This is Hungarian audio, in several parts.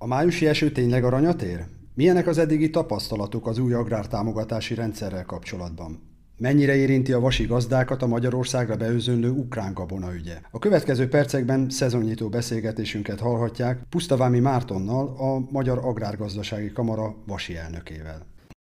A májusi eső tényleg aranyat ér? Milyenek az eddigi tapasztalatok az új agrártámogatási rendszerrel kapcsolatban? Mennyire érinti a vasi gazdákat a Magyarországra beőzönlő ukrán gabona ügye? A következő percekben szezonnyitó beszélgetésünket hallhatják Pusztavámi Mártonnal, a Magyar Agrárgazdasági Kamara vasi elnökével.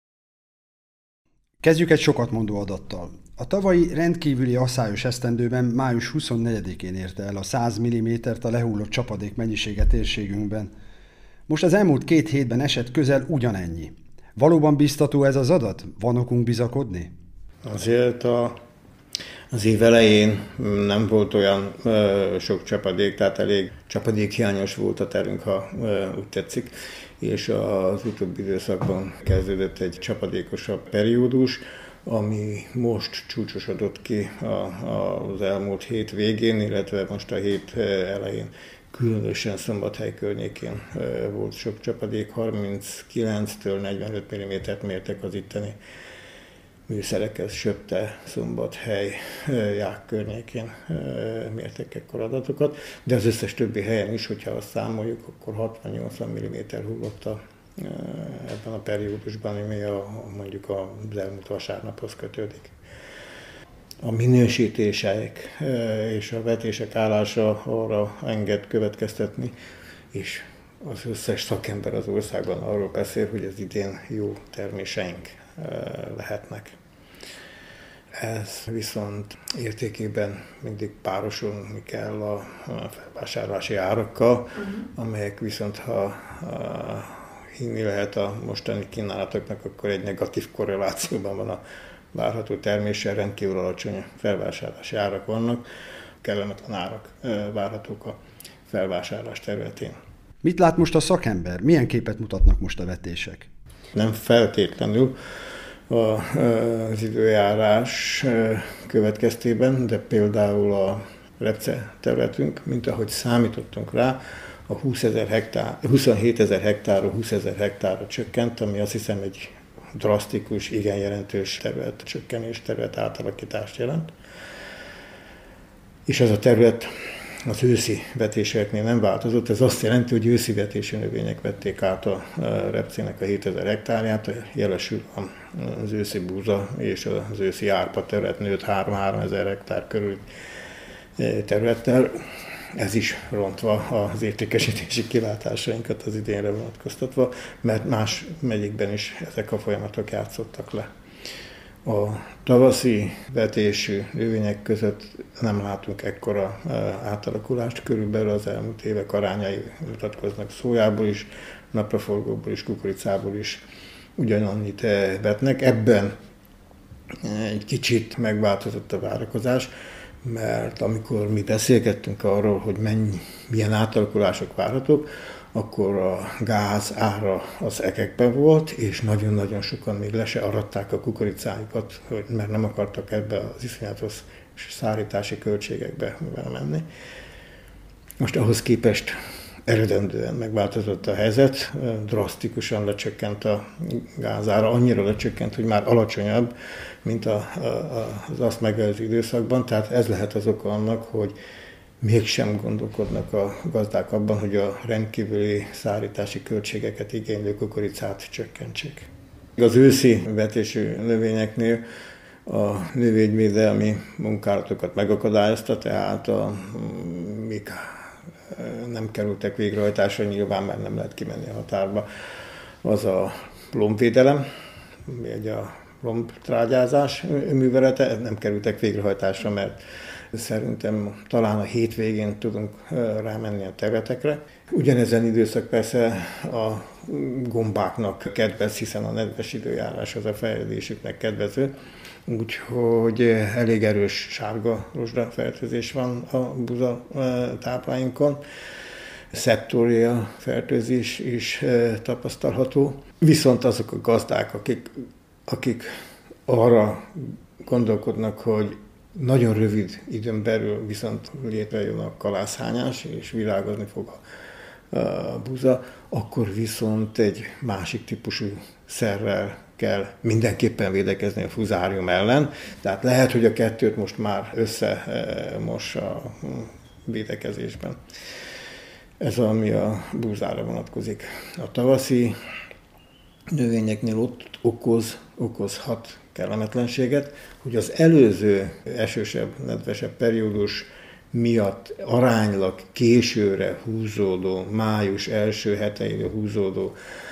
Kezdjük egy sokatmondó adattal. A tavalyi rendkívüli asszályos esztendőben május 24-én érte el a 100 mm-t a lehullott csapadék mennyisége térségünkben. Most az elmúlt 2 hétben esett közel ugyanennyi. Valóban biztató ez az adat? Van okunk bizakodni? Azért az év elején nem volt olyan sok csapadék, tehát elég csapadékhiányos volt a terünk, ha úgy tetszik, és az utóbbi időszakban kezdődött egy csapadékosabb periódus, ami most csúcsosodott ki az elmúlt hét végén, illetve most a hét elején. Különösen Szombathely környékén volt sok csapadék, 39-től 45 mm-t mértek az itteni műszerekhez, Söpte, Szombathely, Ják környékén mértek ekkor adatokat, de az összes többi helyen is, hogyha azt számoljuk, akkor 60-80 mm hullott ebben a periódusban, ami mondjuk az elmúlt vasárnaphoz kötődik. A minősítések és a vetések állása arra enged következtetni, és az összes szakember az országban arról beszél, hogy az idén jó terméseink lehetnek. Ez viszont értékében mindig párosulni kell a felvásárlási árakkal, amelyek viszont, ha hinni lehet a mostani kínálatoknak, akkor egy negatív korrelációban van a várható terméssel, rendkívül alacsony felvásárlási árak vannak, kellemetlen árak várhatók a felvásárlás területén. Mit lát most a szakember? Milyen képet mutatnak most a vetések? Nem feltétlenül az időjárás következtében, de például a Repce területünk, mint ahogy számítottunk rá, a 27 000 hektárról 20 000 hektárra csökkent, ami azt hiszem egy drasztikus, igen jelentős területcsökkenés, terület átalakítást jelent. És ez a terület az őszi vetéseknél nem változott. Ez azt jelenti, hogy őszi vetésű növények vették át a Repcének a 7000 hektárját, jelesül az őszi búza és az őszi árpa terület nőtt 3-3000 hektár körül területtel. Ez is rontva az értékesítési kilátásainkat az idénre vonatkoztatva, mert más megyékben is ezek a folyamatok játszottak le. A tavaszi vetésű növények között nem látunk ekkora átalakulást, körülbelül az elmúlt évek arányai mutatkoznak szójából is, napraforgóból is, kukoricából is ugyanannyit vetnek. Ebben egy kicsit megváltozott a várakozás, mert amikor mi beszélgettünk arról, hogy milyen átalakulások várhatók, akkor a gáz ára az egekben volt, és nagyon-nagyon sokan még le se aratták a kukoricájukat, mert nem akartak ebbe az iszonyatos szárítási költségekbe menni. Most ahhoz képest eredendően megváltozott a helyzet, drasztikusan lecsökkent a gázára, annyira lecsökkent, hogy már alacsonyabb, mint az azt megelőző időszakban, tehát ez lehet az oka annak, hogy mégsem gondolkodnak a gazdák abban, hogy a rendkívüli szárítási költségeket igénylő kukoricát csökkentsék. Az őszi vetésű növényeknél a növényvédelmi munkálatokat megakadályozta, tehát mik nem kerültek végrehajtásra, nyilván már nem lehet kimenni a határba, az a lombvédelem, vagy a lombtrágyázás művelete, nem kerültek végrehajtásra, mert szerintem talán a hétvégén tudunk rámenni a területekre. Ugyanezen időszak persze a gombáknak kedvez, hiszen a nedves időjárás az a fejlődésüknek kedvező. Úgyhogy elég erős sárga rozsda fertőzés van a buza tápláinkon. Szeptória fertőzés is tapasztalható. Viszont azok a gazdák, akik arra gondolkodnak, hogy nagyon rövid időn belül viszont létrejön a kalászhányás, és virágozni fog a buza, akkor viszont egy másik típusú szerrel kell mindenképpen védekezni a fuzárium ellen. Tehát lehet, hogy a kettőt most már összemos a védekezésben. Ez ami a búzára vonatkozik. A tavaszi növényeknél ott okozhat kellemetlenséget, hogy az előző esősebb, nedvesebb periódus miatt aránylag későre húzódó, május első heteire húzódó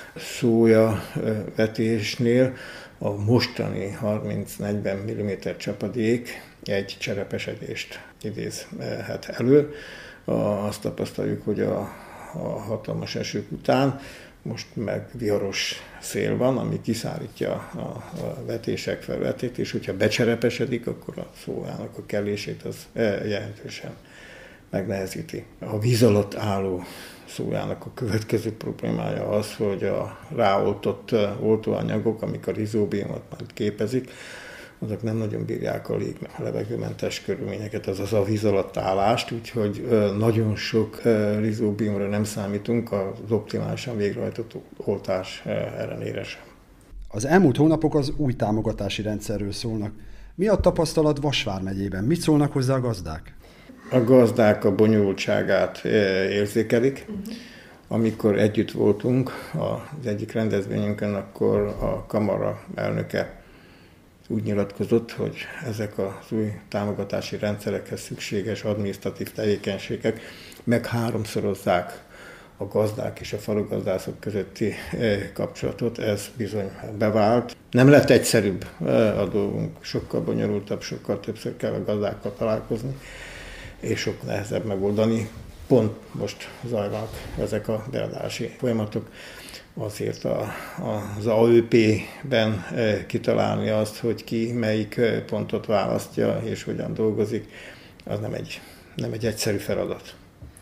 szója vetésnél a mostani 30-40 mm csapadék egy cserepesedést idézhet elő. Azt tapasztaljuk, hogy a hatalmas esők után most meg viharos szél van, ami kiszárítja a vetések felületét, és hogyha becserepesedik, akkor a szójának a kelését az jelentősen megnehezíti. A víz alatt álló szójának a következő problémája az, hogy a ráoltott oltóanyagok, amik a rizóbiomot majd képezik, azok nem nagyon bírják a levegőmentes körülményeket, azaz a víz alatt állást, úgyhogy nagyon sok rizóbiomra nem számítunk az optimálisan végrehajtott oltás ellenére sem. Az elmúlt hónapok az új támogatási rendszerről szólnak. Mi a tapasztalat Vas vármegyében? Mit szólnak hozzá a gazdák? A gazdák a bonyolultságát érzékelik. Amikor együtt voltunk az egyik rendezvényünkön, akkor a kamara elnöke úgy nyilatkozott, hogy ezek az új támogatási rendszerekhez szükséges adminisztratív tevékenységek meg háromszorozzák a gazdák és a falugazdászok közötti kapcsolatot. Ez bizony bevált. Nem lett egyszerűbb a dolgunk, sokkal bonyolultabb, sokkal többször kell a gazdákkal találkozni, és sok nehezebb megoldani. Pont most zajlanak ezek a beadási folyamatok. Azért az AÖP-ben kitalálni azt, hogy ki melyik pontot választja és hogyan dolgozik, az nem egy egyszerű feladat.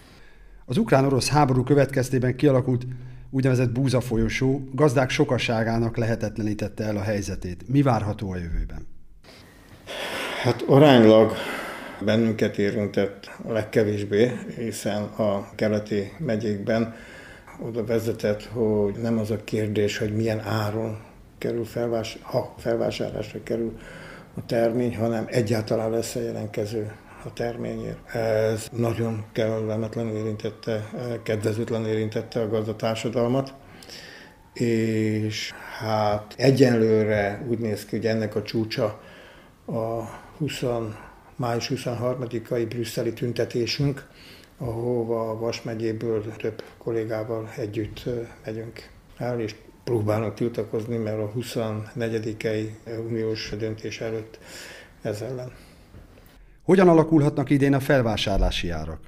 Az ukrán-orosz háború következtében kialakult úgynevezett búzafolyosó gazdák sokaságának lehetetlenítette el a helyzetét. Mi várható a jövőben? Hát aránylag bennünket érintett a legkevésbé, hiszen a keleti megyékben oda vezetett, hogy nem az a kérdés, hogy milyen áron kerül ha felvásárlásra kerül a termény, hanem egyáltalán lesz a jelentkező a terményért. Ez nagyon kellemetlenül érintette, kedvezőtlenül érintette a gazdatársadalmat, és hát egyenlőre úgy néz ki, hogy ennek a csúcsa a május 23-ai brüsszeli tüntetésünk, ahova a Vas megyéből több kollégával együtt megyünk el, és próbálunk tiltakozni, mert a 24-i uniós döntés előtt ez ellen. Hogyan alakulhatnak idén a felvásárlási árak?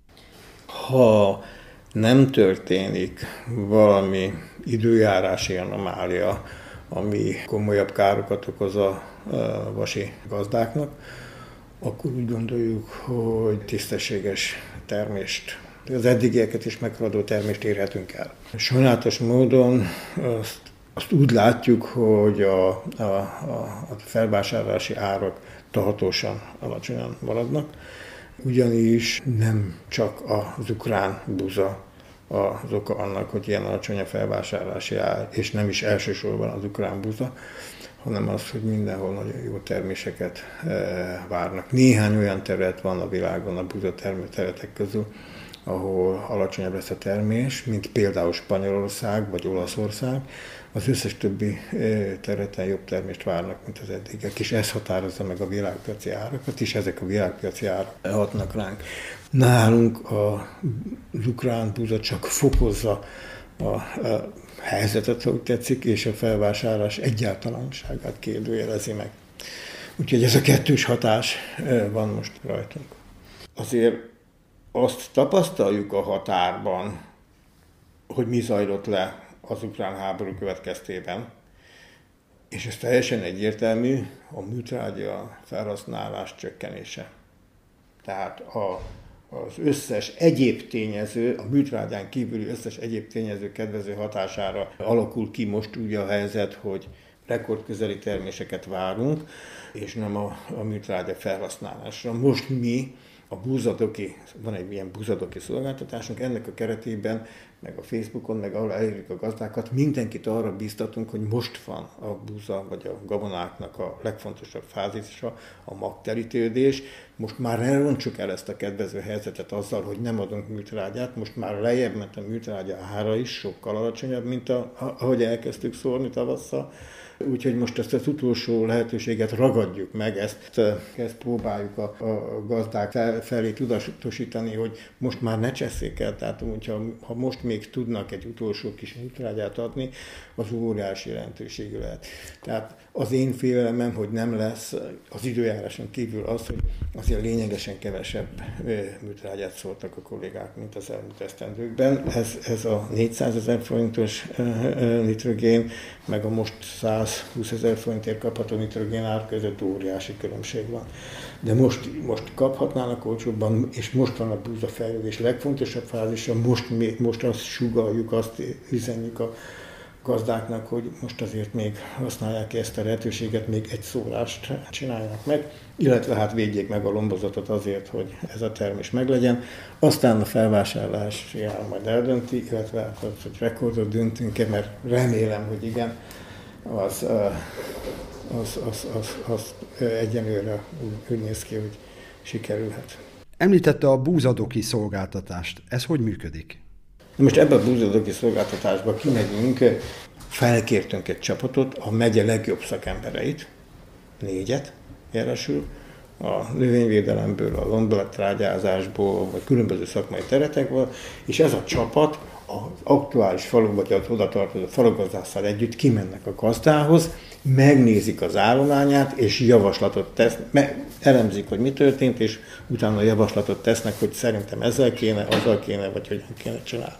Ha nem történik valami időjárási anomália, ami komolyabb károkat okoz a vasi gazdáknak, akkor úgy gondoljuk, hogy tisztességes termést, az eddigieket is meghaladó termést érhetünk el. Sajnálatos módon azt úgy látjuk, hogy a felvásárlási árak tartósan alacsonyan maradnak, ugyanis nem csak az ukrán búza az oka annak, hogy ilyen alacsony a felvásárlási ár, és nem is elsősorban az ukrán búza, hanem az, hogy mindenhol nagyon jó terméseket várnak. Néhány olyan terület van a világon a búza területek közül, ahol alacsonyabb lesz a termés, mint például Spanyolország vagy Olaszország. Az összes többi területen jobb termést várnak, mint az eddigiek, és ez határozza meg a világpiaci árakat, és ezek a világpiaci árak hatnak ránk. Nálunk az ukrán búza csak fokozza a helyzetet, ha úgy tetszik, és a felvásárlás egyáltalanságát kérdőjelezi meg. Úgyhogy ez a kettős hatás van most rajtunk. Azért azt tapasztaljuk a határban, hogy mi zajlott le az ukrán háború következtében, és ez teljesen egyértelmű, a műtrágya felhasználás csökkenése. Tehát az összes egyéb tényező, a műtrágyán kívüli összes egyéb tényező kedvező hatására alakul ki most úgy a helyzet, hogy rekordközeli terméseket várunk, és nem a műtrágya felhasználásra. Most mi a búzadoki, van egy ilyen búzadoki szolgáltatásunk, ennek a keretében, meg a Facebookon, meg ahol elérjük a gazdákat, mindenkit arra bíztatunk, hogy most van a búza vagy a gabonáknak a legfontosabb fázisa, a magterítődés. Most már ne rontsuk el ezt a kedvező helyzetet azzal, hogy nem adunk műtrágyát, most már lejjebb ment a műtrágya ára is, sokkal alacsonyabb, mint ahogy elkezdtük szórni tavasszal. Úgyhogy most ezt az utolsó lehetőséget ragadjuk meg, ezt próbáljuk a gazdák felé tudatosítani, hogy most már ne csesszék el, tehát ha most még tudnak egy utolsó kis műtrágyát adni, az óriási jelentőségű lehet. Tehát az én félelemem, hogy nem lesz az időjáráson kívül az, hogy azért lényegesen kevesebb műtrágyát szórtak a kollégák, mint az elmúlt esztendőkben. Ez a 400 000 forintos nitrogén, meg a most 120 000 forintért kapható nitrogén ár között óriási különbség van. De most kaphatnának olcsóbban, és most van a búzafejlődés legfontosabb fázisa, most azt sugalljuk, azt üzenjük a gazdáknak, hogy most azért még használják ki ezt a lehetőséget, még egy szórást csinálják meg, illetve hát védjék meg a lombozatot azért, hogy ez a termés meglegyen. Aztán a felvásárlási ár majd eldönti, illetve hát, hogy rekordot döntünk-e, mert remélem, hogy igen, az egyenlőre úgy néz ki, hogy sikerülhet. Említette a búzadoki szolgáltatást. Ez hogy működik? Most ebben a búzadoki szolgáltatásban kimegyünk, felkértünk egy csapatot, a megye legjobb szakembereit, 4 jelesül, a növényvédelemből, a lombolattrágyázásból, vagy különböző szakmai területekből, és ez a csapat az aktuális falu, vagy az oda tartozó falugazdásszal együtt kimennek a gazdához, megnézik az állományát, és javaslatot tesznek, elemzik, hogy mi történt, és utána javaslatot tesznek, hogy szerintem ezzel kéne, azzal kéne, vagy hogy kéne csinálni.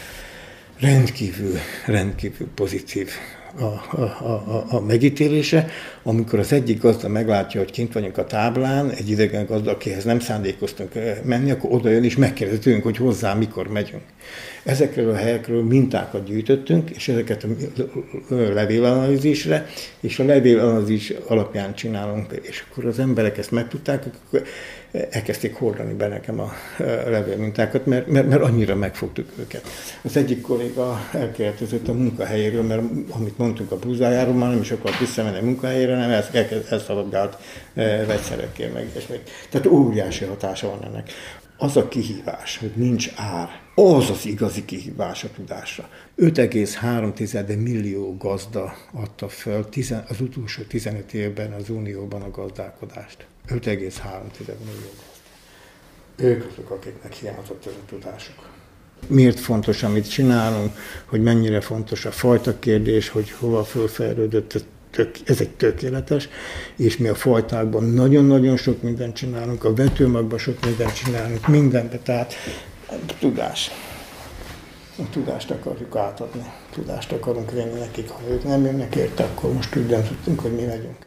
Rendkívül pozitív a megítélése, amikor az egyik gazda meglátja, hogy kint vagyunk a táblán, egy idegen gazda, akihez nem szándékoztunk menni, akkor oda jön és megkérdezi tőlünk, hogy hozzá mikor megyünk. Ezekről a helyekről mintákat gyűjtöttünk, és ezeket a levélanalízisre, és a levélanalízis alapján csinálunk, és akkor az emberek ezt megtudták, akkor elkezdték hordani be nekem a levélmintákat, mert annyira megfogtuk őket. Az egyik kolléga elkérdezett a munkahelyéről, mert amit mondtunk a búzájáról, már nem is akart visszamenni a munkahelyére, hanem elszabadgált vegyszerekkel meg ilyesmi. Tehát óriási hatása van ennek. Az a kihívás, hogy nincs ár, az az igazi kihívás a tudásra. 5,3 millió gazda adta fel az utolsó 15 évben az Unióban a gazdálkodást. 5,3 millió gazda. Ők azok, akiknek hiányzott ez a tudásuk. Miért fontos, amit csinálunk, hogy mennyire fontos a fajta kérdés, hogy hova fölfejlődött, ez egy tökéletes, és mi a fajtákban nagyon-nagyon sok mindent csinálunk, a vetőmagban sok mindent csinálunk, mindenben, tehát tudás. A tudást akarjuk átadni, tudást akarunk venni nekik, ha ők nem jönnek érte, akkor most úgy döntöttünk, hogy mi megyünk.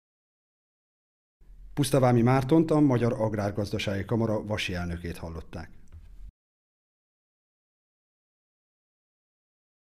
Pusztavámi Mártont, a Magyar Agrárgazdasági Kamara vasi elnökét hallották.